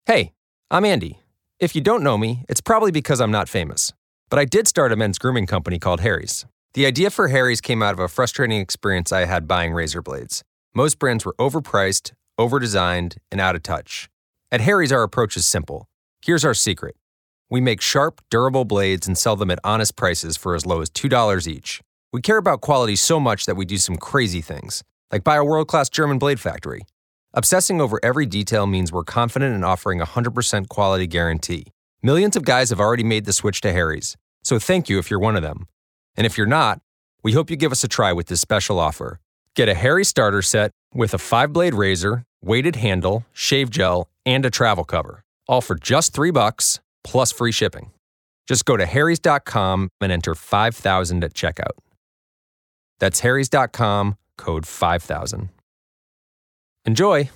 Hey, I'm Andy. If you don't know me, it's probably because I'm not famous. But I did start a men's grooming company called Harry's. The idea for Harry's came out of a frustrating experience I had buying razor blades. Most brands were overpriced, overdesigned, and out of touch. At Harry's, our approach is simple. Here's our secret. We make sharp, durable blades and sell them at honest prices for as low as $2 each. We care about quality so much that we do some crazy things, like buy a world-class German blade factory. Obsessing over every detail means we're confident in offering a 100% quality guarantee. Millions of guys have already made the switch to Harry's, so thank you if you're one of them. And if you're not, we hope you give us a try with this special offer. Get a Harry starter set with a 5-blade razor, weighted handle, shave gel, and a travel cover, all for just $3 plus free shipping. Just go to harrys.com and enter 5000 at checkout. That's harrys.com, code 5000. Enjoy!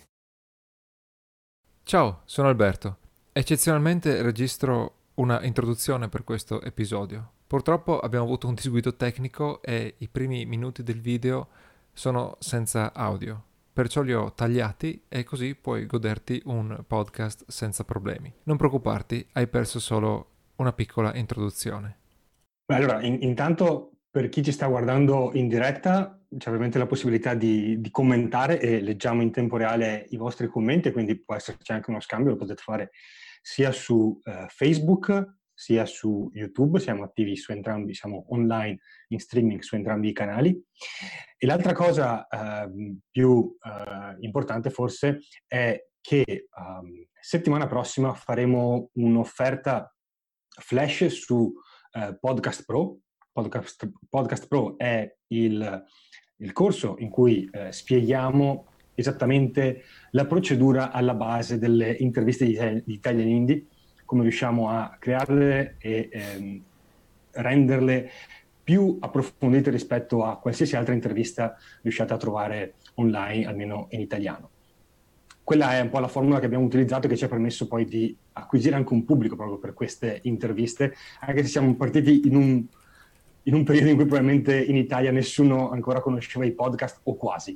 Ciao, sono Alberto. Eccezionalmente registro una introduzione per questo episodio. Purtroppo abbiamo avuto un disguido tecnico e i primi minuti del video sono senza audio. Perciò li ho tagliati e così puoi goderti un podcast senza problemi. Non preoccuparti, hai perso solo una piccola introduzione. Allora, intanto per chi ci sta guardando in diretta c'è ovviamente la possibilità di commentare e leggiamo in tempo reale i vostri commenti, quindi può esserci anche uno scambio, lo potete fare sia su Facebook sia su YouTube, siamo attivi su entrambi, siamo online in streaming su entrambi i canali. E l'altra cosa più importante forse è che settimana prossima faremo un'offerta flash su Podcast Pro. Podcast Pro è il corso in cui spieghiamo esattamente la procedura alla base delle interviste di Italian Indie, come riusciamo a crearle e renderle più approfondite rispetto a qualsiasi altra intervista riusciate a trovare online, almeno in italiano. Quella è un po' la formula che abbiamo utilizzato e che ci ha permesso poi di acquisire anche un pubblico proprio per queste interviste, anche se siamo partiti in un periodo in cui probabilmente in Italia nessuno ancora conosceva i podcast o quasi.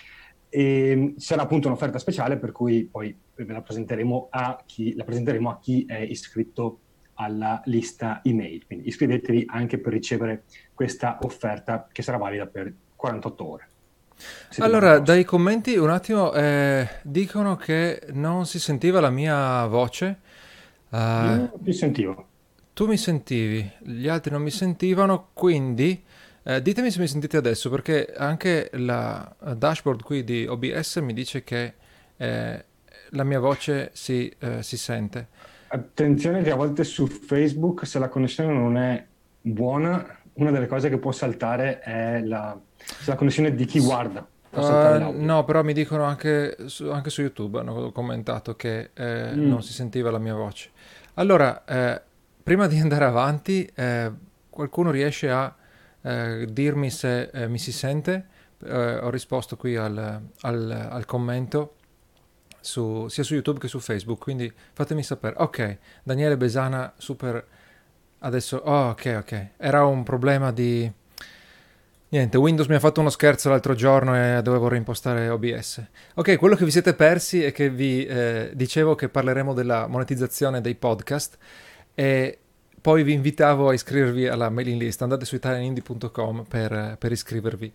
E sarà appunto un'offerta speciale per cui poi ve la presenteremo a chi è iscritto alla lista email. Quindi iscrivetevi anche per ricevere questa offerta che sarà valida per 48 ore. Allora, dai commenti un attimo dicono che non si sentiva la mia voce. Io non ti sentivo. Tu mi sentivi, gli altri non mi sentivano, quindi ditemi se mi sentite adesso, perché anche la dashboard qui di OBS mi dice che la mia voce si sente. Attenzione che a volte su Facebook, se la connessione non è buona, una delle cose che può saltare è la connessione di chi guarda. No, però mi dicono anche su YouTube, hanno commentato che non si sentiva la mia voce. Allora, prima di andare avanti, qualcuno riesce a dirmi se mi si sente? Ho risposto qui al commento sia su YouTube che su Facebook, quindi fatemi sapere. Ok, Daniele Besana, super. Adesso, ok. Era un problema di... Niente, Windows mi ha fatto uno scherzo l'altro giorno e dovevo reimpostare OBS. Ok, quello che vi siete persi è che vi dicevo che parleremo della monetizzazione dei podcast e poi vi invitavo a iscrivervi alla mailing list. Andate su italianindie.com per iscrivervi.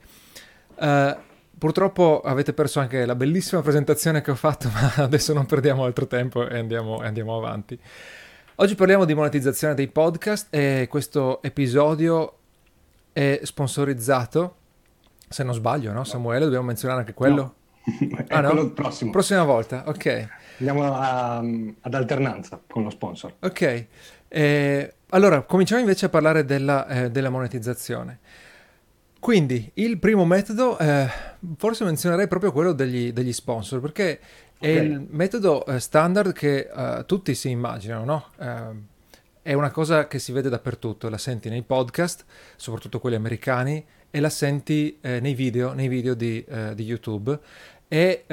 Purtroppo avete perso anche la bellissima presentazione che ho fatto, ma adesso non perdiamo altro tempo e andiamo avanti. Oggi parliamo di monetizzazione dei podcast e questo episodio è sponsorizzato, se non sbaglio, no Samuele? Dobbiamo menzionare anche quello? No. Quello prossimo. Prossima volta, ok. Andiamo ad alternanza con lo sponsor. Ok, allora cominciamo invece a parlare della monetizzazione. Quindi il primo metodo, forse menzionerei proprio quello degli sponsor, perché è il metodo standard che tutti si immaginano, no? È una cosa che si vede dappertutto, la senti nei podcast, soprattutto quelli americani, e la senti nei video di YouTube, e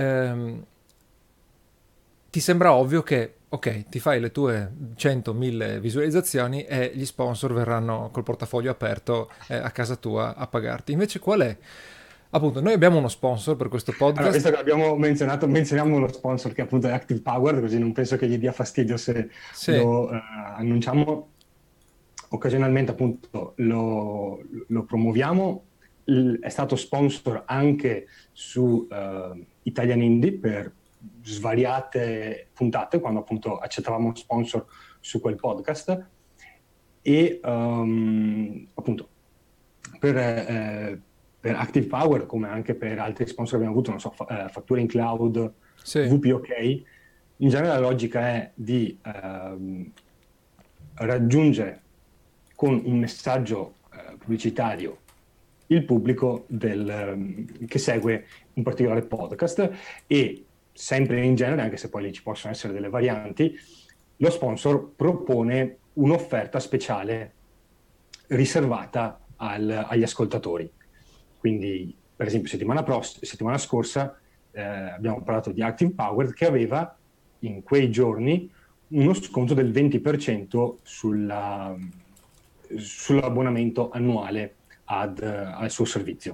ti sembra ovvio che, ok, ti fai le tue 100.000 visualizzazioni e gli sponsor verranno col portafoglio aperto a casa tua a pagarti. Invece qual è Appunto, noi abbiamo uno sponsor per questo Allora, podcast. visto che l'abbiamo menzionato, menzioniamo uno sponsor che appunto è Active Power, così non penso che gli dia fastidio se Sì, lo annunciamo. Occasionalmente appunto lo promuoviamo. È stato sponsor anche su Italian Indie per svariate puntate, quando appunto accettavamo sponsor su quel podcast. E appunto per Active Power, come anche per altri sponsor che abbiamo avuto, non so, Fatture in Cloud, sì, VPOK, in genere la logica è di raggiungere con un messaggio pubblicitario il pubblico che segue un particolare podcast, e sempre in genere, anche se poi lì ci possono essere delle varianti, lo sponsor propone un'offerta speciale riservata agli ascoltatori. Quindi, per esempio, settimana scorsa abbiamo parlato di Active Power, che aveva in quei giorni uno sconto del 20% sull'abbonamento annuale al suo servizio.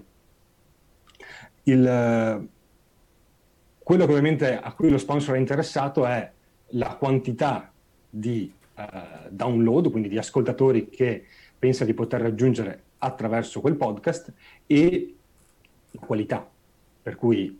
Quello che ovviamente a cui lo sponsor è interessato è la quantità di download, quindi di ascoltatori che pensa di poter raggiungere attraverso quel podcast, e la qualità. Per cui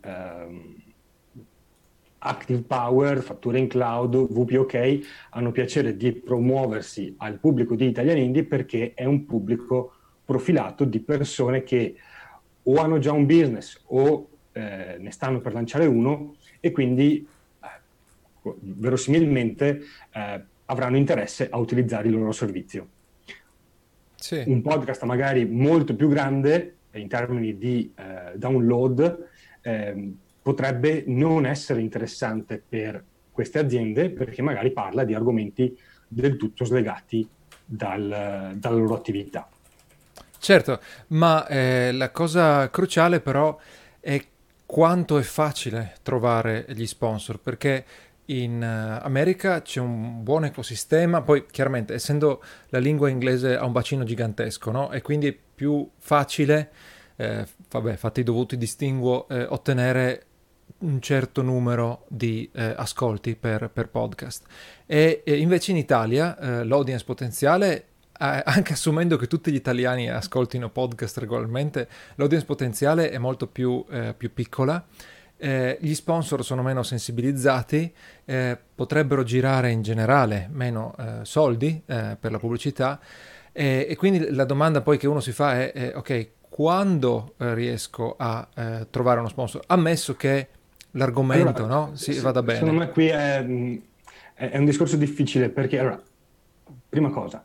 Active Power, Fatture in Cloud, VPOK hanno piacere di promuoversi al pubblico di Italian Indie perché è un pubblico profilato di persone che o hanno già un business o ne stanno per lanciare uno, e quindi verosimilmente avranno interesse a utilizzare il loro servizio. sì. Un podcast magari molto più grande in termini di download potrebbe non essere interessante per queste aziende, perché magari parla di argomenti del tutto slegati dalla loro attività. Certo, ma la cosa cruciale però è quanto è facile trovare gli sponsor, perché in America c'è un buon ecosistema, poi chiaramente essendo la lingua inglese ha un bacino gigantesco, no? E quindi è più facile, vabbè, fatti i dovuti distinguo, ottenere un certo numero di ascolti per podcast. E invece in Italia l'audience potenziale, anche assumendo che tutti gli italiani ascoltino podcast regolarmente, l'audience potenziale è molto più piccola. Gli sponsor sono meno sensibilizzati, potrebbero girare in generale meno soldi per la pubblicità, e quindi la domanda poi che uno si fa è ok, quando riesco a trovare uno sponsor? Ammesso che l'argomento, Allora, no? Sì, vada secondo bene. me qui è un discorso difficile, perché allora, prima cosa,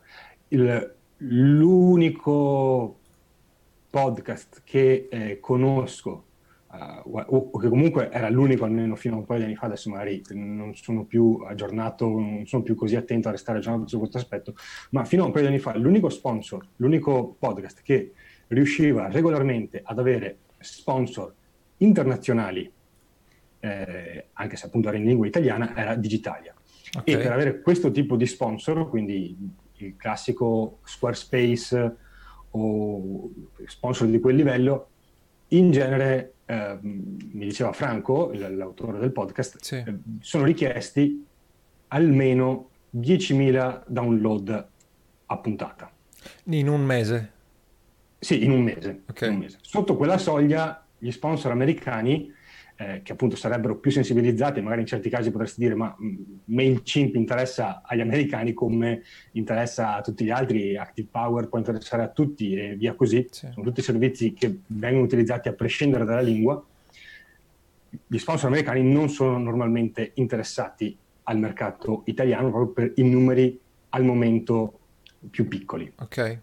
l'unico podcast che conosco, o che comunque era l'unico almeno fino a un paio di anni fa, adesso magari non sono più aggiornato, non sono più così attento a restare aggiornato su questo aspetto, ma fino a un paio di anni fa l'unico sponsor, l'unico podcast che riusciva regolarmente ad avere sponsor internazionali, anche se appunto era in lingua italiana, era Digitalia. Ok. E per avere questo tipo di sponsor, quindi il classico Squarespace o sponsor di quel livello, in genere, mi diceva Franco, l'autore del podcast, Sì. sono richiesti almeno 10.000 download a puntata. In un mese. Sì, in un mese. Ok. In un mese. Sotto quella soglia, gli sponsor americani, che appunto sarebbero più sensibilizzati, magari in certi casi potresti dire, ma MailChimp interessa agli americani come interessa a tutti gli altri, Active Power può interessare a tutti e via così. Sì. Sono tutti servizi che vengono utilizzati a prescindere dalla lingua. Gli sponsor americani non sono normalmente interessati al mercato italiano proprio per i numeri al momento più piccoli. Ok.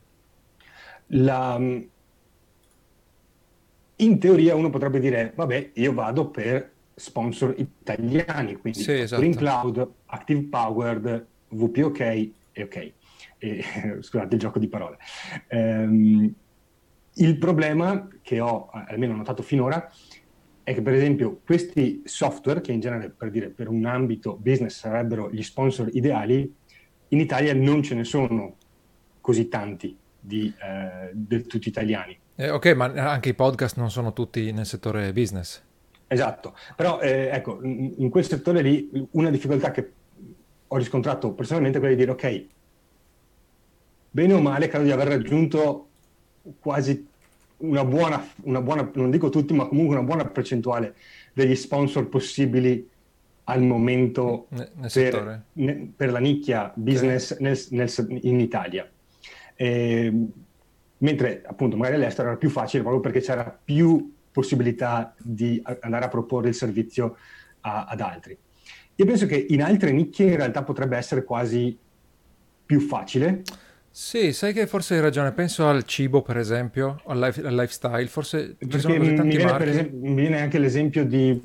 In teoria uno potrebbe dire, vabbè, io vado per sponsor italiani, quindi Sì, Fatture in esatto. Cloud, Active Powered, VPOK e OK. Scusate il gioco di parole. Il problema che ho almeno notato finora è che, per esempio, questi software, che in genere per un ambito business sarebbero gli sponsor ideali, in Italia non ce ne sono così tanti del tutti italiani. Ok, ma anche i podcast non sono tutti nel settore business. Esatto, però ecco, in quel settore lì una difficoltà che ho riscontrato personalmente è quella di dire ok, bene o male credo di aver raggiunto quasi una buona, non dico tutti, ma comunque una buona percentuale degli sponsor possibili al momento Nel settore. per la nicchia business in Italia. Mentre appunto magari all'estero era più facile proprio perché c'era più possibilità di andare a proporre il servizio ad altri. Io penso che in altre nicchie in realtà potrebbe essere quasi più facile. Sì, sai che forse hai ragione, penso al cibo per esempio, al lifestyle, forse ci sono Perché così tanti marchi. mi viene anche l'esempio di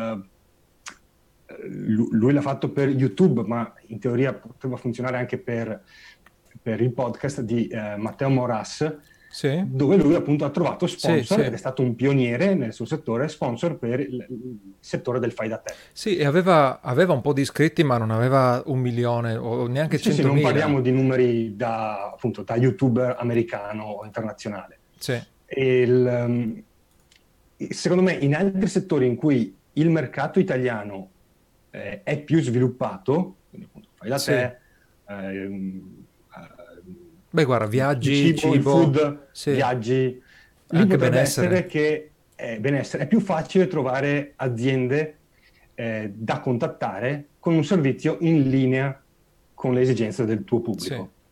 lui l'ha fatto per YouTube, ma in teoria poteva funzionare anche per il podcast di Matteo Moras, Sì, dove lui appunto ha trovato sì, sponsor sì. ed è stato un pioniere nel suo settore, sponsor per il settore del fai da te. Sì, e aveva un po' di iscritti, ma non aveva 1 milione o neanche Sì, sì, non 100.000. parliamo di numeri appunto, da YouTuber americano o internazionale. Sì, E secondo me in altri settori in cui il mercato italiano è più sviluppato, quindi appunto fai da sì. te, Beh, guarda, il viaggi, cibo, il cibo, food, sì, viaggi, lì anche potrebbe essere benessere. che benessere, è più facile trovare aziende da contattare con un servizio in linea con le esigenze del tuo Sì. pubblico.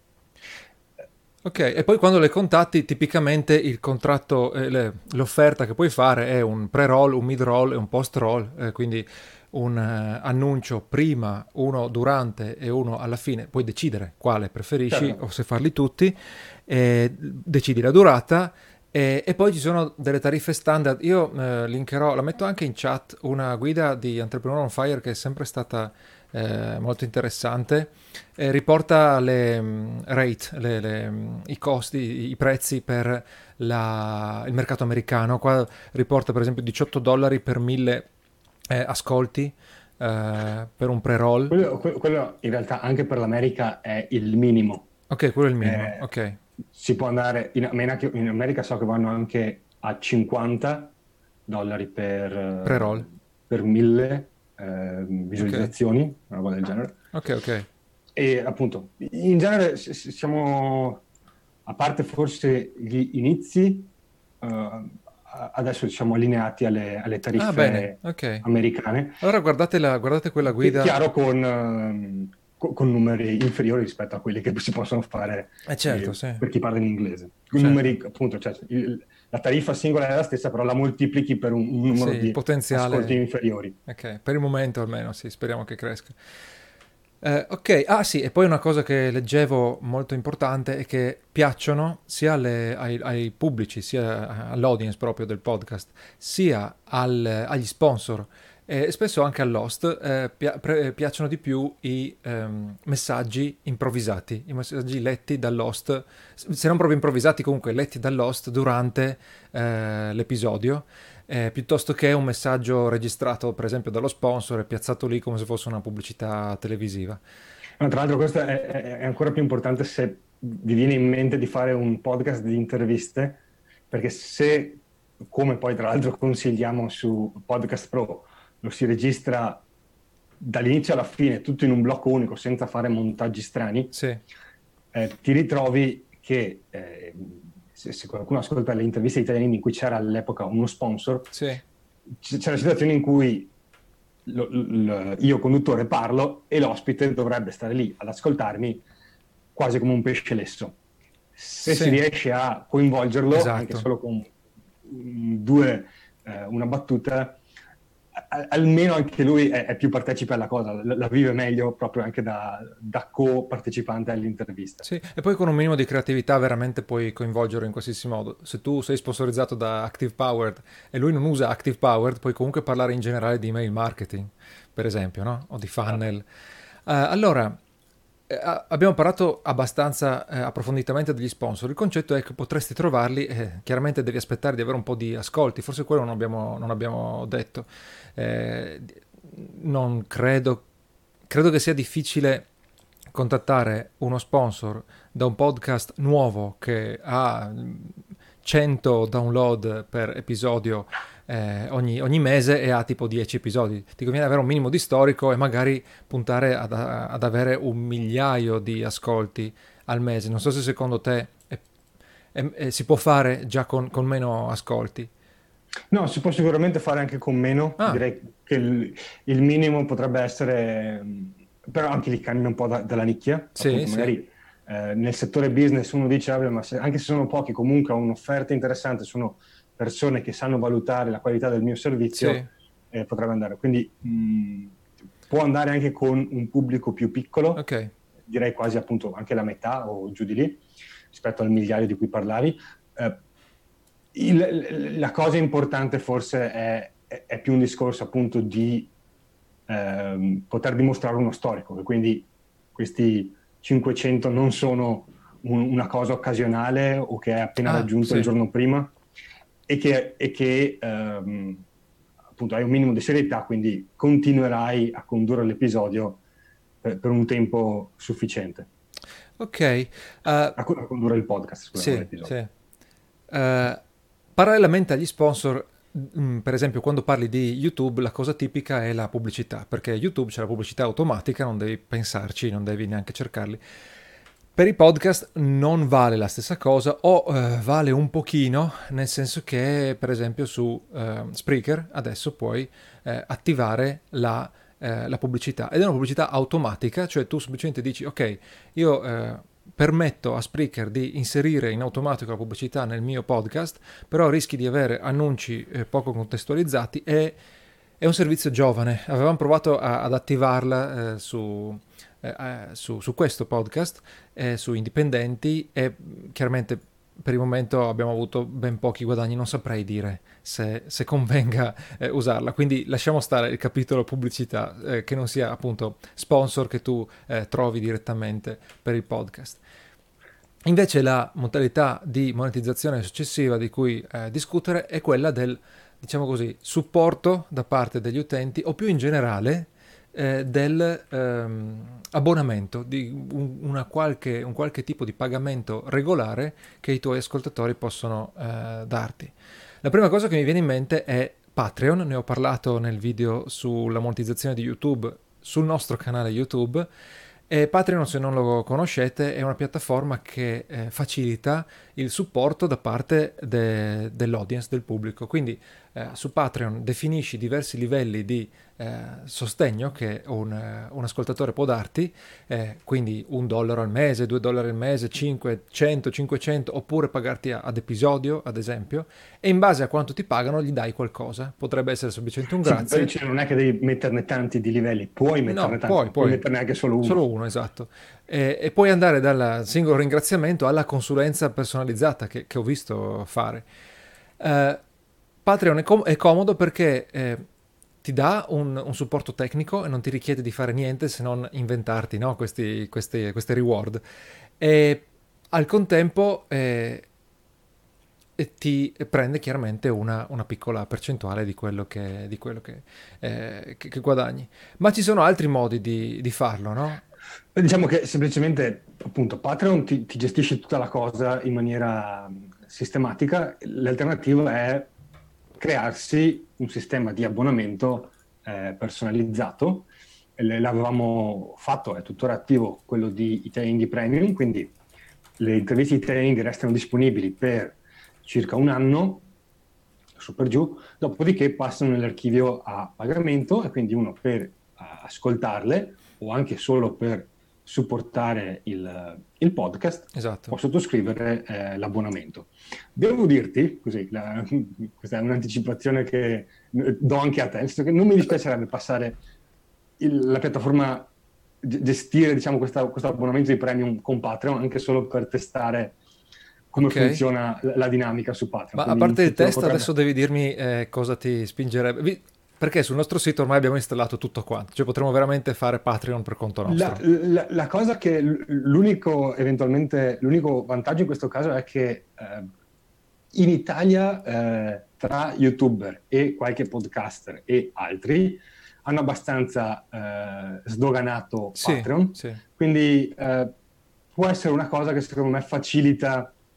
Ok, e poi quando le contatti, tipicamente il contratto, l'offerta che puoi fare è un pre-roll, un mid-roll e un post-roll, quindi un annuncio prima, uno durante e uno alla fine. Puoi decidere quale preferisci Certo. o se farli tutti, decidi la durata e poi ci sono delle tariffe standard. Io linkerò, la metto anche in chat, una guida di Entrepreneur on Fire che è sempre stata molto interessante, riporta le rate, i costi, i prezzi per il mercato americano. Qua riporta per esempio $18 per 1000 ascolti per un pre-roll. Quello in realtà anche per l'America è il minimo. Ok, quello è il minimo. Eh, Ok, Si può andare, in America so che vanno anche a $50 pre-roll. per 1000 Ok, visualizzazioni, una roba del genere. ok, ok. E appunto, in genere siamo, a parte forse gli inizi, adesso siamo allineati alle Ah, bene, tariffe ok. americane. Allora guardate quella guida. Chiaro con numeri inferiori rispetto a quelli che si possono fare Certo, sì, per chi parla in inglese. Con certo. numeri, appunto, cioè, la tariffa singola è la stessa, però la moltiplichi per un Sì, numero il di ascolti potenziale. inferiori. Ok, per il momento almeno, sì, speriamo che cresca. Ok, ah sì, e poi una cosa che leggevo molto importante è che piacciono sia ai pubblici, sia all'audience proprio del podcast, sia agli sponsor e spesso anche all'host, piacciono di più i messaggi improvvisati, i messaggi letti dall'host, se non proprio improvvisati comunque letti dall'host durante l'episodio, piuttosto che un messaggio registrato per esempio dallo sponsor e piazzato lì come se fosse una pubblicità televisiva. No, tra l'altro questo è ancora più importante se vi viene in mente di fare un podcast di interviste, perché se, come poi tra l'altro consigliamo su Podcast Pro, lo si registra dall'inizio alla fine, tutto in un blocco unico, senza fare montaggi strani, Sì, ti ritrovi che se qualcuno ascolta le interviste italiane in cui c'era all'epoca uno sponsor, sì, c'è la situazione in cui io conduttore parlo e l'ospite dovrebbe stare lì ad ascoltarmi quasi come un pesce lesso. Se si sì, riesce a coinvolgerlo anche esatto. solo con una battuta, almeno anche lui è più partecipe alla cosa, la vive meglio proprio anche da co-partecipante all'intervista. Sì, e poi con un minimo di creatività veramente puoi coinvolgerlo in qualsiasi modo. Se tu sei sponsorizzato da Active Powered e lui non usa Active Powered, puoi comunque parlare in generale di email marketing, per esempio, no? O di funnel. Allora, abbiamo parlato abbastanza approfonditamente degli sponsor. Il concetto è che potresti trovarli, chiaramente devi aspettare di avere un po' di ascolti, forse quello non abbiamo detto. Eh, non credo che sia difficile contattare uno sponsor da un podcast nuovo che ha 100 download per episodio ogni mese e ha tipo 10 episodi. Ti conviene avere un minimo di storico e magari puntare ad avere 1 migliaio di ascolti al mese. Non so se secondo te si può fare già con meno ascolti. No, si può sicuramente fare anche con meno. Direi che il minimo potrebbe essere, però anche lì cambia un po' dalla nicchia. Sì, appunto, magari nel settore business uno dice, vabbè, ma anche se sono pochi, comunque ho un'offerta interessante, sono persone che sanno valutare la qualità del mio servizio, potrebbe andare. Quindi può andare anche con un pubblico più piccolo, direi quasi appunto anche la metà o giù di lì, rispetto al migliaio di cui parlavi. La cosa importante forse è più un discorso appunto di poter dimostrare uno storico, che quindi questi 500 non sono una cosa occasionale o che è appena raggiunto il giorno prima, e che appunto hai un minimo di serietà, quindi continuerai a condurre l'episodio per un tempo sufficiente. Ok. A condurre il podcast, scusa, l'episodio. Parallelamente agli sponsor, per esempio quando parli di YouTube, la cosa tipica è la pubblicità, perché YouTube c'è la pubblicità automatica, non devi pensarci, non devi neanche cercarli. Per i podcast non vale la stessa cosa, o vale un pochino, nel senso che per esempio su Spreaker adesso puoi attivare la pubblicità, ed è una pubblicità automatica, cioè tu semplicemente dici ok, io permetto a Spreaker di inserire in automatico la pubblicità nel mio podcast, però rischi di avere annunci poco contestualizzati, e è un servizio giovane. Avevamo provato ad attivarla su questo podcast, su indipendenti, e chiaramente per il momento abbiamo avuto ben pochi guadagni, non saprei dire se convenga usarla, quindi lasciamo stare il capitolo pubblicità, che non sia appunto sponsor che tu trovi direttamente per il podcast. Invece la modalità di monetizzazione successiva di cui discutere è quella del, diciamo così, supporto da parte degli utenti, o più in generale del abbonamento, di un qualche tipo di pagamento regolare che i tuoi ascoltatori possono darti. La prima cosa che mi viene in mente è Patreon. Ne ho parlato nel video sulla monetizzazione di YouTube sul nostro canale YouTube. E Patreon, se non lo conoscete, è una piattaforma che facilita il supporto da parte dell'audience, del pubblico. Quindi su Patreon definisci diversi livelli di sostegno che un ascoltatore può darti, quindi $1 al mese, $2 al mese, 500, 500, oppure pagarti ad episodio, ad esempio, e in base a quanto ti pagano gli dai qualcosa. Potrebbe essere semplicemente un grazie. Cioè, non è che devi metterne tanti di livelli, puoi metterne tanti, puoi metterne anche solo uno. Solo uno, esatto. E puoi andare dal singolo ringraziamento alla consulenza personalizzata che ho visto fare. Patreon è comodo perché ti dà un supporto tecnico e non ti richiede di fare niente se non inventarti, no? queste reward. E al contempo ti prende chiaramente una piccola percentuale di quello che guadagni. Ma ci sono altri modi di farlo, no? Diciamo che semplicemente, appunto, Patreon ti gestisce tutta la cosa in maniera sistematica. L'alternativa è crearsi un sistema di abbonamento personalizzato. L'avevamo fatto, è tuttora attivo, quello di Italy Indie Premium, quindi le interviste di Italy Indie restano disponibili per circa un anno, su per giù, dopodiché passano nell'archivio a pagamento, e quindi uno per ascoltarle o anche solo per supportare il podcast, esatto, può sottoscrivere l'abbonamento. Devo dirti, così, questa è un'anticipazione che do anche a te, nel senso che non mi dispiacerebbe passare la piattaforma, gestire, diciamo, questo abbonamento di premium con Patreon, anche solo per testare come funziona la dinamica su Patreon. Ma a parte il test, adesso devi dirmi cosa ti spingerebbe, perché sul nostro sito ormai abbiamo installato tutto quanto, cioè potremmo veramente fare Patreon per conto nostro. La cosa che l'unico vantaggio in questo caso è che in Italia tra YouTuber e qualche podcaster e altri hanno abbastanza sdoganato Patreon, sì. Quindi può essere una cosa che secondo me facilita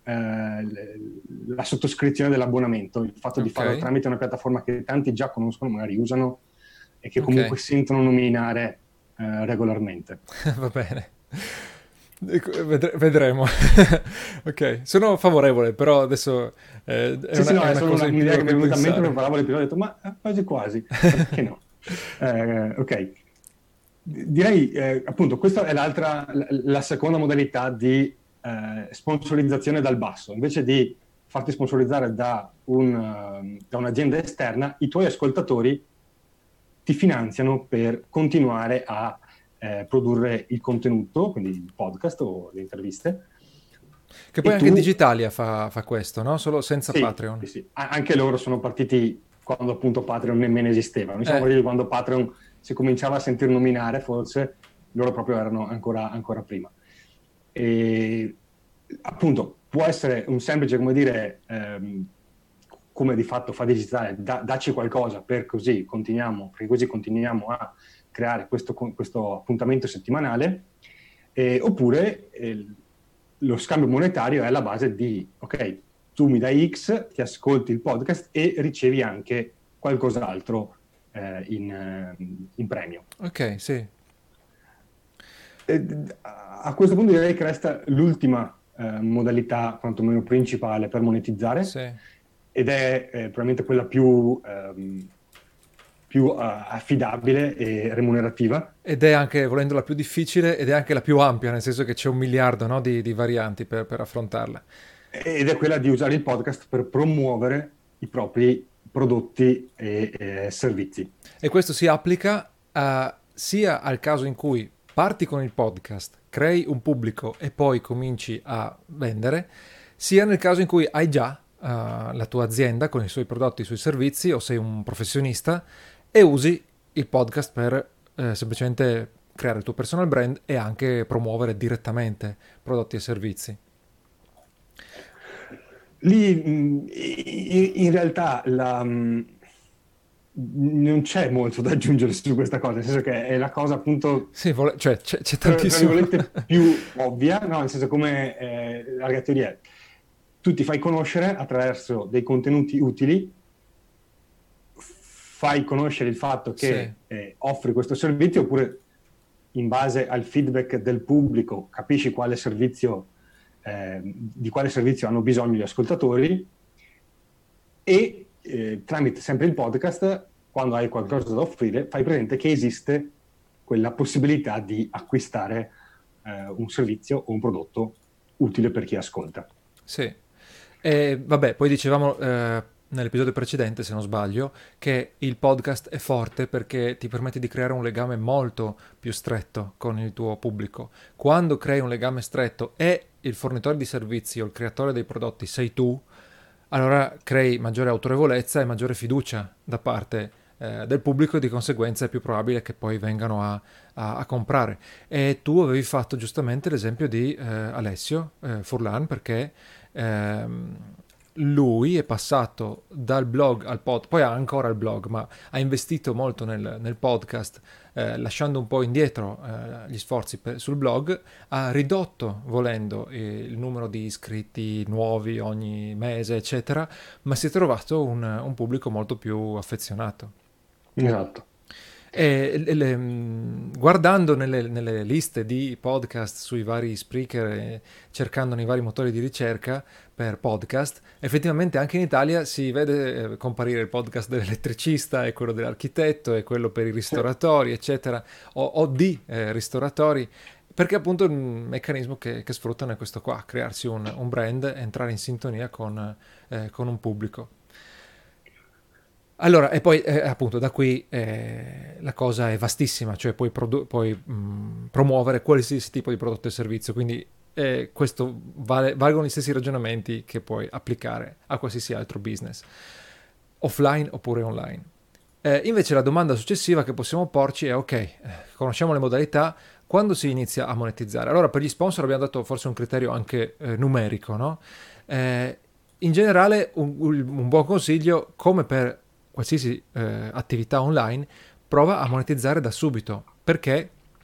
la sottoscrizione dell'abbonamento, il fatto di farlo tramite una piattaforma che tanti già conoscono, magari usano e che comunque sentono nominare regolarmente. Va bene. Vedremo. Ok, sono favorevole, però adesso è una cosa in più un'idea che mi è venuta pensare. in mente, preparavo l'episodio, ho detto, ma quasi quasi, perché no? Ok, direi appunto questa è la seconda modalità di sponsorizzazione dal basso. Invece di farti sponsorizzare da un'azienda esterna, i tuoi ascoltatori ti finanziano per continuare a produrre il contenuto, quindi il podcast o le interviste. Che poi anche Digitalia fa questo, no? Solo senza Patreon. Sì. Anche loro sono partiti quando appunto Patreon nemmeno esisteva. Noi siamo partiti quando Patreon si cominciava a sentir nominare, forse loro proprio erano ancora prima. E appunto può essere un semplice, come dire, come di fatto fa Digitale, dacci qualcosa perché così continuiamo a creare questo appuntamento settimanale, oppure lo scambio monetario è alla base di, ok, tu mi dai X, ti ascolti il podcast e ricevi anche qualcos'altro in premio. Ok, sì. A questo punto direi che resta l'ultima modalità, quantomeno principale, per monetizzare, ed è probabilmente quella più affidabile e remunerativa. Ed è anche, volendo, la più difficile, ed è anche la più ampia, nel senso che c'è 1 miliardo, no, di varianti per affrontarla. Ed è quella di usare il podcast per promuovere i propri prodotti e servizi. E questo si applica sia al caso in cui parti con il podcast, crei un pubblico e poi cominci a vendere, sia nel caso in cui hai già la tua azienda con i suoi prodotti, i suoi servizi, o sei un professionista e usi il podcast per semplicemente creare il tuo personal brand e anche promuovere direttamente prodotti e servizi. Lì in realtà non c'è molto da aggiungere su questa cosa, nel senso che è la cosa appunto c'è tantissimo più ovvia, no? Nel senso, come la teoria è, tu ti fai conoscere attraverso dei contenuti utili, fai conoscere il fatto che offri questo servizio, oppure in base al feedback del pubblico capisci di quale servizio hanno bisogno gli ascoltatori, e tramite sempre il podcast, quando hai qualcosa da offrire, fai presente che esiste quella possibilità di acquistare un servizio o un prodotto utile per chi ascolta. Sì. E vabbè, poi dicevamo nell'episodio precedente, se non sbaglio, che il podcast è forte perché ti permette di creare un legame molto più stretto con il tuo pubblico. Quando crei un legame stretto e il fornitore di servizi o il creatore dei prodotti sei tu, allora crei maggiore autorevolezza e maggiore fiducia da parte del pubblico, e di conseguenza è più probabile che poi vengano a comprare. E tu avevi fatto giustamente l'esempio di Alessio Furlan, perché lui è passato dal blog al podcast, poi ha ancora il blog, ma ha investito molto nel podcast, lasciando un po' indietro gli sforzi sul blog, ha ridotto, volendo, il numero di iscritti nuovi ogni mese, eccetera, ma si è trovato un pubblico molto più affezionato. Esatto. E guardando nelle liste di podcast sui vari Spreaker, cercando nei vari motori di ricerca per podcast, effettivamente anche in Italia si vede comparire il podcast dell'elettricista e quello dell'architetto e quello per i ristoratori, eccetera, o di ristoratori, perché appunto il meccanismo che sfruttano è questo qua: crearsi un brand, entrare in sintonia con un pubblico. Allora, e poi appunto da qui la cosa è vastissima, cioè puoi promuovere qualsiasi tipo di prodotto e servizio, quindi questo valgono gli stessi ragionamenti che puoi applicare a qualsiasi altro business, offline oppure online. Invece la domanda successiva che possiamo porci è: ok, conosciamo le modalità, quando si inizia a monetizzare? Allora, per gli sponsor abbiamo dato forse un criterio anche numerico, no? In generale un buon consiglio, come per qualsiasi attività online, prova a monetizzare da subito, perché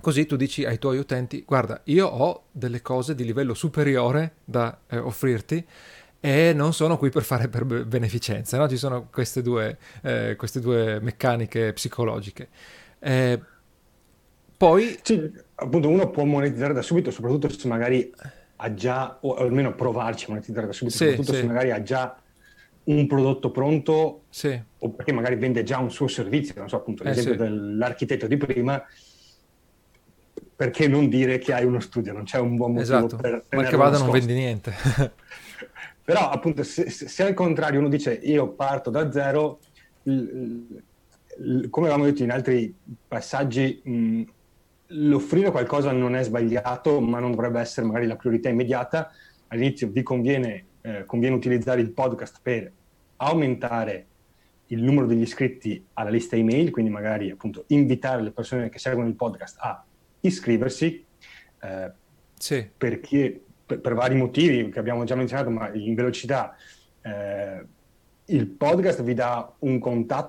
Così tu dici ai tuoi utenti: guarda, io ho delle cose di livello superiore da offrirti e non sono qui per fare per beneficenza, no? Ci sono queste due meccaniche psicologiche. Eh, poi, Sì, appunto uno può monetizzare da subito, soprattutto se magari ha già, o almeno provarci a monetizzare da subito, sì, soprattutto se sì, magari ha già un prodotto pronto sì, o perché magari vende già un suo servizio, non so, appunto l'esempio sì, dell'architetto di prima, perché non dire che hai uno studio? Non c'è un buon motivo esatto. per Mal che tenerlo vada non nascosto. vendi niente. Però appunto se al contrario uno dice io parto da zero, come avevamo detto in altri passaggi, l'offrire qualcosa non è sbagliato, ma non dovrebbe essere magari la priorità immediata. All'inizio vi conviene utilizzare il podcast per aumentare il numero degli iscritti alla lista email, quindi magari appunto invitare le persone che seguono il podcast a iscriversi, Sì, perché per vari motivi che abbiamo già menzionato, ma in velocità, il podcast vi dà un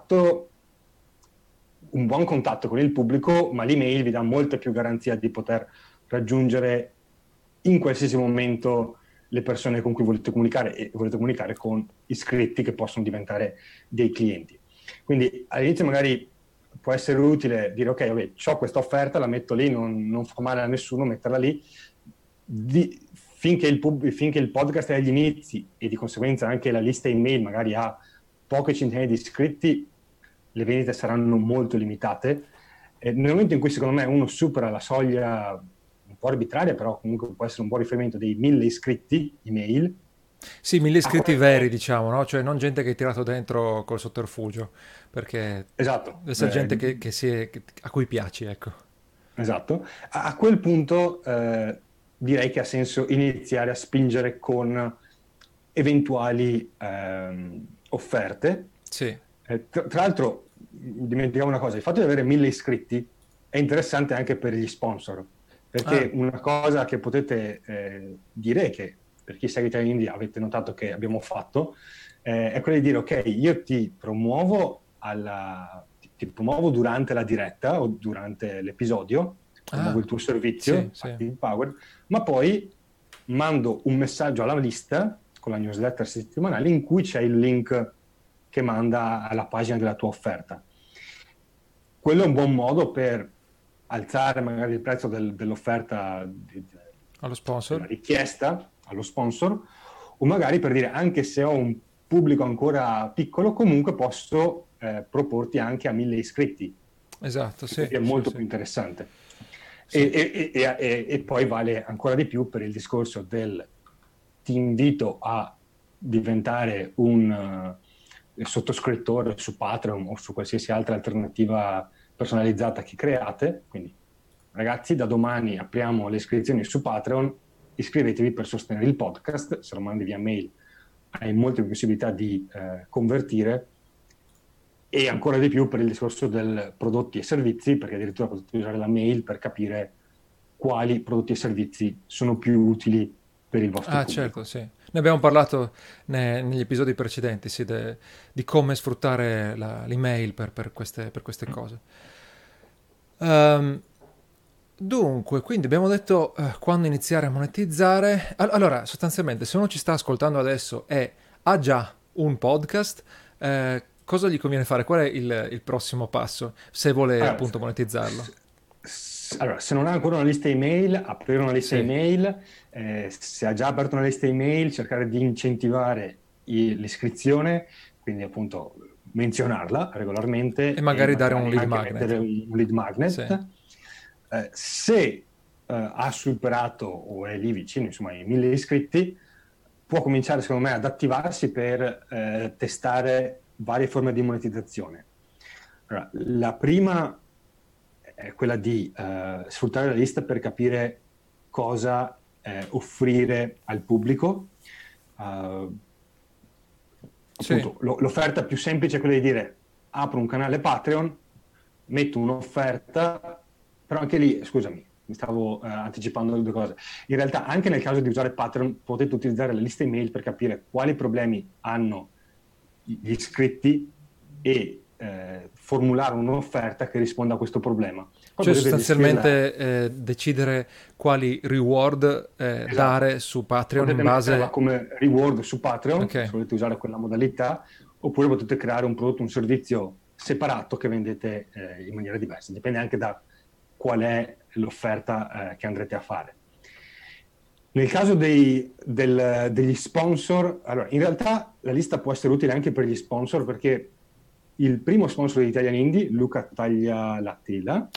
buon contatto con il pubblico, ma l'email vi dà molta più garanzia di poter raggiungere in qualsiasi momento le persone con cui volete comunicare e volete comunicare con iscritti che possono diventare dei clienti. Quindi all'inizio magari può essere utile dire ok, vabbè, ho questa offerta, la metto lì, non fa male a nessuno metterla lì, finché il podcast è agli inizi e di conseguenza anche la lista email magari ha poche centinaia di iscritti, le vendite saranno molto limitate. Nel momento in cui secondo me uno supera la soglia un po' arbitraria, però comunque può essere un buon riferimento dei 1000 iscritti email. sì, 1000 iscritti quel veri, punto, diciamo, no? Cioè non gente che hai tirato dentro col sotterfugio, perché esatto, deve essere gente a cui piaci, ecco. esatto. A quel punto direi che ha senso iniziare a spingere con eventuali offerte. Sì. Tra l'altro, dimenticavo una cosa, il fatto di avere 1000 iscritti è interessante anche per gli sponsor, perché Ah, una cosa che potete dire, che per chi segue Italia Indie avete notato che abbiamo fatto, è quella di dire ok, io ti promuovo durante la diretta o durante l'episodio, promuovo ah, il tuo sì, servizio, sì. Active Power, ma poi mando un messaggio alla lista con la newsletter settimanale in cui c'è il link che manda alla pagina della tua offerta. Quello è un buon modo per alzare magari il prezzo dell'offerta, Allo della sponsor? richiesta allo sponsor, o magari per dire anche se ho un pubblico ancora piccolo, comunque posso proporti anche a 1000 iscritti, Esatto, che sì, quindi è sì, molto sì. più interessante. Sì. E poi vale ancora di più per il discorso del ti invito a diventare un sottoscrittore su Patreon o su qualsiasi altra alternativa personalizzata che create. Quindi ragazzi, da domani apriamo le iscrizioni su Patreon, iscrivetevi per sostenere il podcast, se lo mandi via mail hai molte più possibilità di convertire, e ancora di più per il discorso del prodotti e servizi, perché addirittura potete usare la mail per capire quali prodotti e servizi sono più utili per il vostro Ah, certo, pubblico. sì. Ne abbiamo parlato negli episodi precedenti, sì, di come sfruttare l'email per queste cose. Ehm, Dunque, quindi abbiamo detto quando iniziare a monetizzare. Allora, sostanzialmente, se uno ci sta ascoltando adesso e ha già un podcast, cosa gli conviene fare? Qual è il prossimo passo se vuole Allora, appunto monetizzarlo? se non ha ancora una lista email, aprire una lista Sì. email, se ha già aperto una lista email, cercare di incentivare l'iscrizione, quindi appunto menzionarla E regolarmente e magari dare un magari lead anche mettere magnet. un lead Sì. magnet. Se ha superato o è lì vicino, insomma, ai 1000 iscritti, può cominciare secondo me ad attivarsi per testare varie forme di monetizzazione. Allora, la prima è quella di sfruttare la lista per capire cosa offrire al pubblico. Sì. Appunto, l'offerta più semplice è quella di dire apro un canale Patreon, metto un'offerta, però anche lì, scusami, mi stavo anticipando le due cose. In realtà, anche nel caso di usare Patreon, potete utilizzare la lista email per capire quali problemi hanno gli iscritti e formulare un'offerta che risponda a questo problema. Poi cioè potete sostanzialmente decidere quali reward esatto, dare su Patreon potete in base... metterla come reward su Patreon, Ok. se volete usare quella modalità, oppure potete creare un prodotto, un servizio separato che vendete in maniera diversa. Dipende anche da qual è l'offerta che andrete a fare. Nel caso degli sponsor, allora, in realtà la lista può essere utile anche per gli sponsor, perché il primo sponsor di Italian Indie, Luca Taglialattila,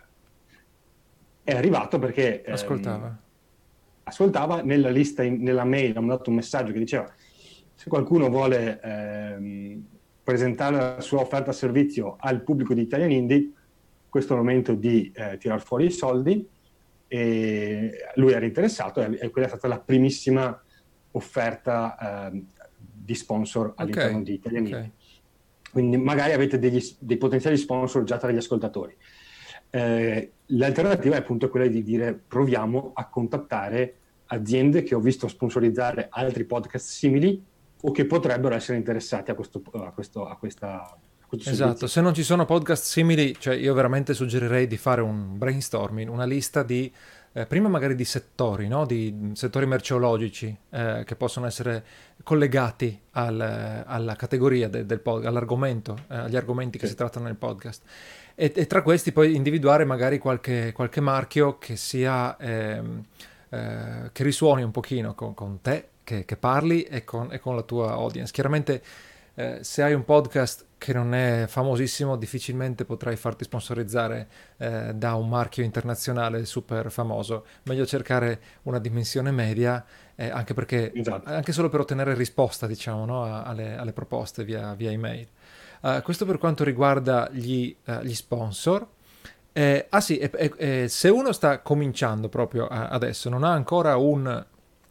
è arrivato perché ascoltava nella lista, nella mail, ha mandato un messaggio che diceva: se qualcuno vuole presentare la sua offerta servizio al pubblico di Italian Indie, questo è il momento di tirar fuori i soldi. E lui era interessato e quella è stata la primissima offerta di sponsor all'interno di Italian Indie. Quindi magari avete dei potenziali sponsor già tra gli ascoltatori. L'alternativa è appunto quella di dire: proviamo a contattare aziende che ho visto sponsorizzare altri podcast simili o che potrebbero essere interessati a questo Esatto, servizio. se non ci sono podcast simili, cioè io veramente suggerirei di fare un brainstorming, una lista di, prima magari di settori, no? Di settori merceologici che possono essere collegati alla categoria del podcast, all'argomento, agli argomenti che si trattano nel podcast. E tra questi poi individuare magari qualche marchio che sia, che risuoni un pochino con te, che parli e con la tua audience. Chiaramente se hai un podcast che non è famosissimo, difficilmente potrai farti sponsorizzare da un marchio internazionale super famoso. Meglio cercare una dimensione media, anche perché anche solo per ottenere risposta, diciamo, no? alle proposte via email. Questo per quanto riguarda gli sponsor. Se uno sta cominciando proprio adesso, non ha ancora un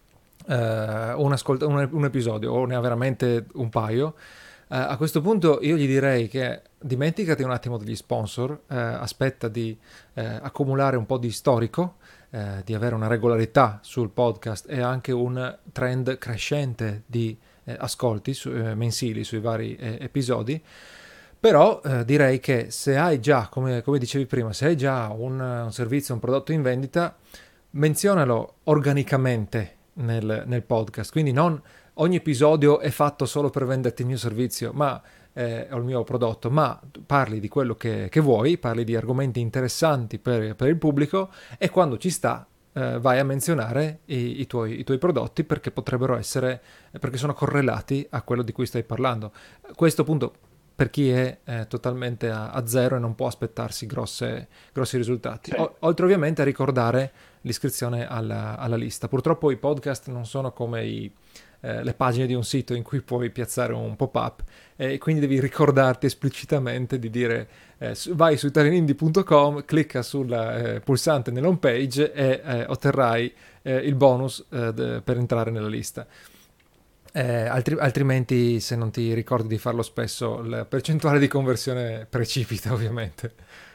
episodio o ne ha veramente un paio, a questo punto io gli direi che dimenticati un attimo degli sponsor, aspetta di accumulare un po' di storico, di avere una regolarità sul podcast e anche un trend crescente di ascolti mensili sui vari episodi. Però direi che se hai già, come dicevi prima, se hai già un servizio, un prodotto in vendita, menzionalo organicamente nel podcast, quindi non ogni episodio è fatto solo per venderti il mio servizio o il mio prodotto, ma parli di quello che vuoi, parli di argomenti interessanti per il pubblico e quando ci sta vai a menzionare i tuoi prodotti perché potrebbero essere, perché sono correlati a quello di cui stai parlando. Questo appunto per chi è totalmente a zero e non può aspettarsi grossi risultati. Sì. Oltre ovviamente a ricordare l'iscrizione alla lista. Purtroppo i podcast non sono come le pagine di un sito in cui puoi piazzare un pop-up e quindi devi ricordarti esplicitamente di dire vai su italianindie.com, clicca sul pulsante nell'home page e otterrai il bonus per entrare nella lista. Altrimenti, se non ti ricordi di farlo spesso, la percentuale di conversione precipita, ovviamente.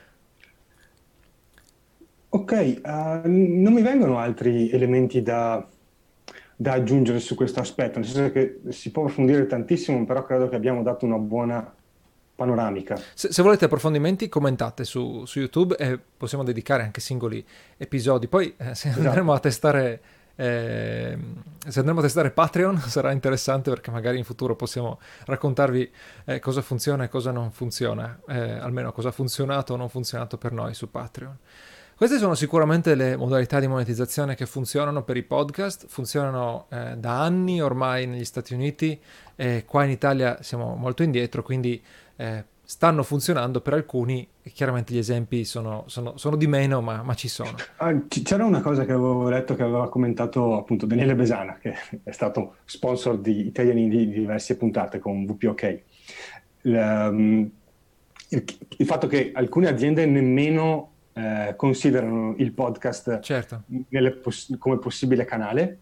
Ok, non mi vengono altri elementi da aggiungere su questo aspetto, nel senso che si può approfondire tantissimo, però credo che abbiamo dato una buona panoramica. Se volete approfondimenti, commentate su YouTube e possiamo dedicare anche singoli episodi. Poi se andremo a testare Patreon sarà interessante, perché magari in futuro possiamo raccontarvi cosa funziona e cosa non funziona, almeno cosa ha funzionato o non funzionato per noi su Patreon. Queste sono sicuramente le modalità di monetizzazione che funzionano per i podcast, funzionano da anni ormai negli Stati Uniti e qua in Italia siamo molto indietro, quindi stanno funzionando per alcuni, e chiaramente gli esempi sono di meno, ma ci sono. C'era una cosa che avevo letto, che aveva commentato appunto Daniele Besana, che è stato sponsor di Italian Indie di diverse puntate con VPOK. Il fatto che alcune aziende nemmeno considerano il podcast come possibile canale.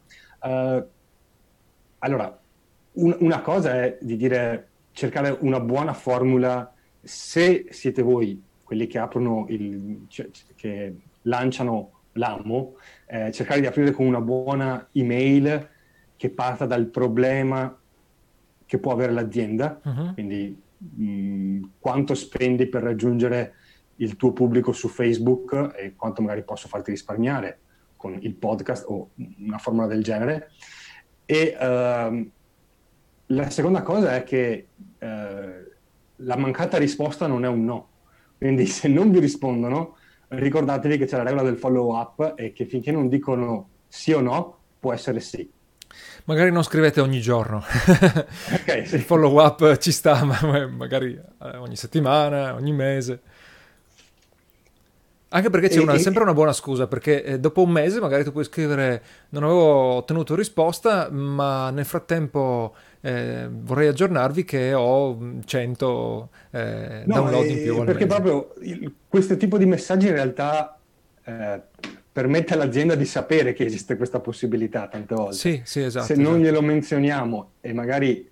Allora, una cosa è di dire, cercare una buona formula. Se siete voi quelli che aprono che lanciano l'AMO, cercare di aprire con una buona email che parta dal problema che può avere l'azienda, quindi quanto spendi per raggiungere il tuo pubblico su Facebook e quanto magari posso farti risparmiare con il podcast o una formula del genere. E la seconda cosa è che la mancata risposta non è un no. Quindi se non vi rispondono, ricordatevi che c'è la regola del follow up e che finché non dicono sì o no, può essere sì. Magari non scrivete ogni giorno. Okay, sì. Il follow up ci sta, ma magari ogni settimana, ogni mese. Anche perché c'è sempre una buona scusa, perché dopo un mese magari tu puoi scrivere non avevo ottenuto risposta, ma nel frattempo vorrei aggiornarvi che ho 100 download in più al perché mese. proprio questo tipo di messaggi in realtà permette all'azienda di sapere che esiste questa possibilità tante volte. Sì, esatto. Se non glielo menzioniamo e magari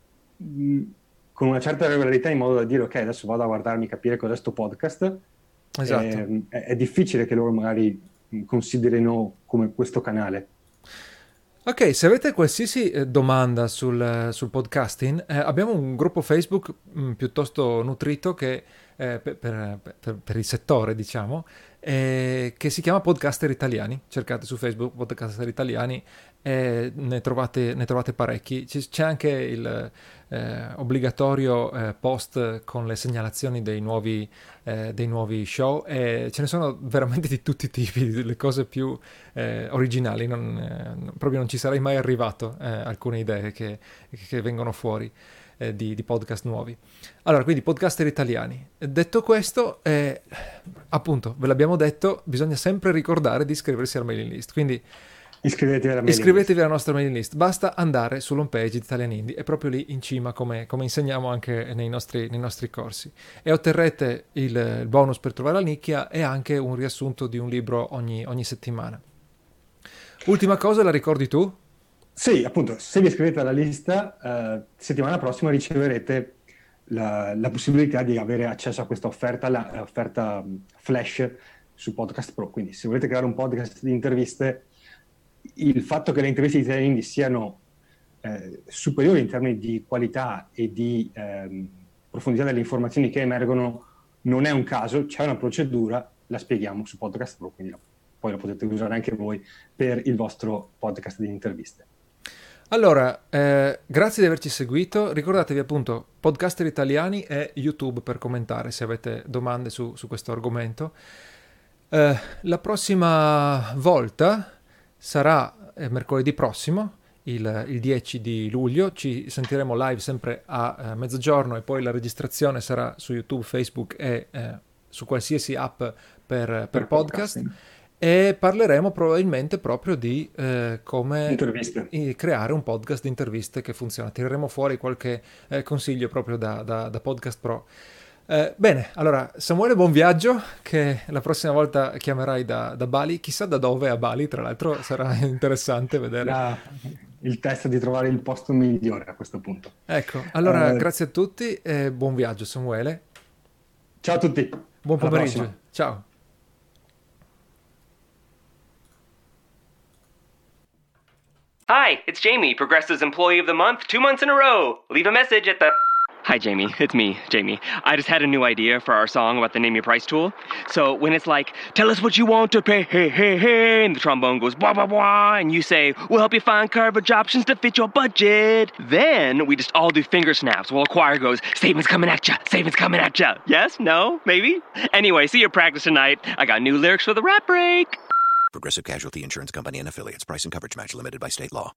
con una certa regolarità, in modo da dire ok, adesso vado a guardarmi, capire cos'è sto podcast, Esatto. È difficile che loro magari considerino come questo canale. Ok, se avete qualsiasi domanda sul podcasting, abbiamo un gruppo Facebook piuttosto nutrito che per il settore, diciamo, che si chiama Podcaster Italiani. Cercate su Facebook Podcaster Italiani e ne trovate parecchi. C'è anche il obbligatorio post con le segnalazioni dei nuovi show, e ce ne sono veramente di tutti i tipi, delle cose più originali. Proprio non ci sarei mai arrivato alcune idee che vengono fuori di podcast nuovi. Allora, quindi podcaster italiani. Detto questo, appunto, ve l'abbiamo detto, bisogna sempre ricordare di iscriversi alla mailing list. Quindi iscrivetevi alla nostra mailing list. Basta andare sull'home page di Italian Indie, è proprio lì in cima, come insegniamo anche nei nostri corsi. E otterrete il bonus per trovare la nicchia e anche un riassunto di un libro ogni settimana. Ultima cosa, la ricordi tu? Sì, appunto, se vi iscrivete alla lista, settimana prossima riceverete la possibilità di avere accesso a questa offerta, l'offerta Flash su Podcast Pro. Quindi se volete creare un podcast di interviste, il fatto che le interviste di Italian Indie siano superiori in termini di qualità e di profondità delle informazioni che emergono non è un caso, c'è una procedura, la spieghiamo su Podcast Pro, quindi poi la potete usare anche voi per il vostro podcast di interviste. Allora, grazie di averci seguito. Ricordatevi appunto Podcaster Italiani e YouTube per commentare se avete domande su questo argomento. La prossima volta sarà mercoledì prossimo, il 10 di luglio. Ci sentiremo live sempre a mezzogiorno e poi la registrazione sarà su YouTube, Facebook e su qualsiasi app per podcast. E parleremo probabilmente proprio di come creare un podcast di interviste che funziona. Tireremo fuori qualche consiglio proprio da Podcast Pro. Bene, allora Samuele, buon viaggio, che la prossima volta chiamerai da Bali, chissà da dove a Bali, tra l'altro sarà interessante vedere. Il test di trovare il posto migliore a questo punto. Ecco, allora grazie a tutti e buon viaggio Samuele. Ciao a tutti. Buon pomeriggio. Ciao. Hi, it's Jamie, Progressive's Employee of the Month, 2 months in a row. Leave a message at the... Hi, Jamie. It's me, Jamie. I just had a new idea for our song about the Name Your Price tool. So when it's like, tell us what you want to pay, hey, hey, hey, and the trombone goes, blah, blah, blah, and you say, we'll help you find coverage options to fit your budget. Then we just all do finger snaps while a choir goes, statements coming at ya, statements coming at ya. Yes? No? Maybe? Anyway, see you practice tonight. I got new lyrics for the rap break. Progressive Casualty Insurance Company and Affiliates. Price and coverage match limited by state law.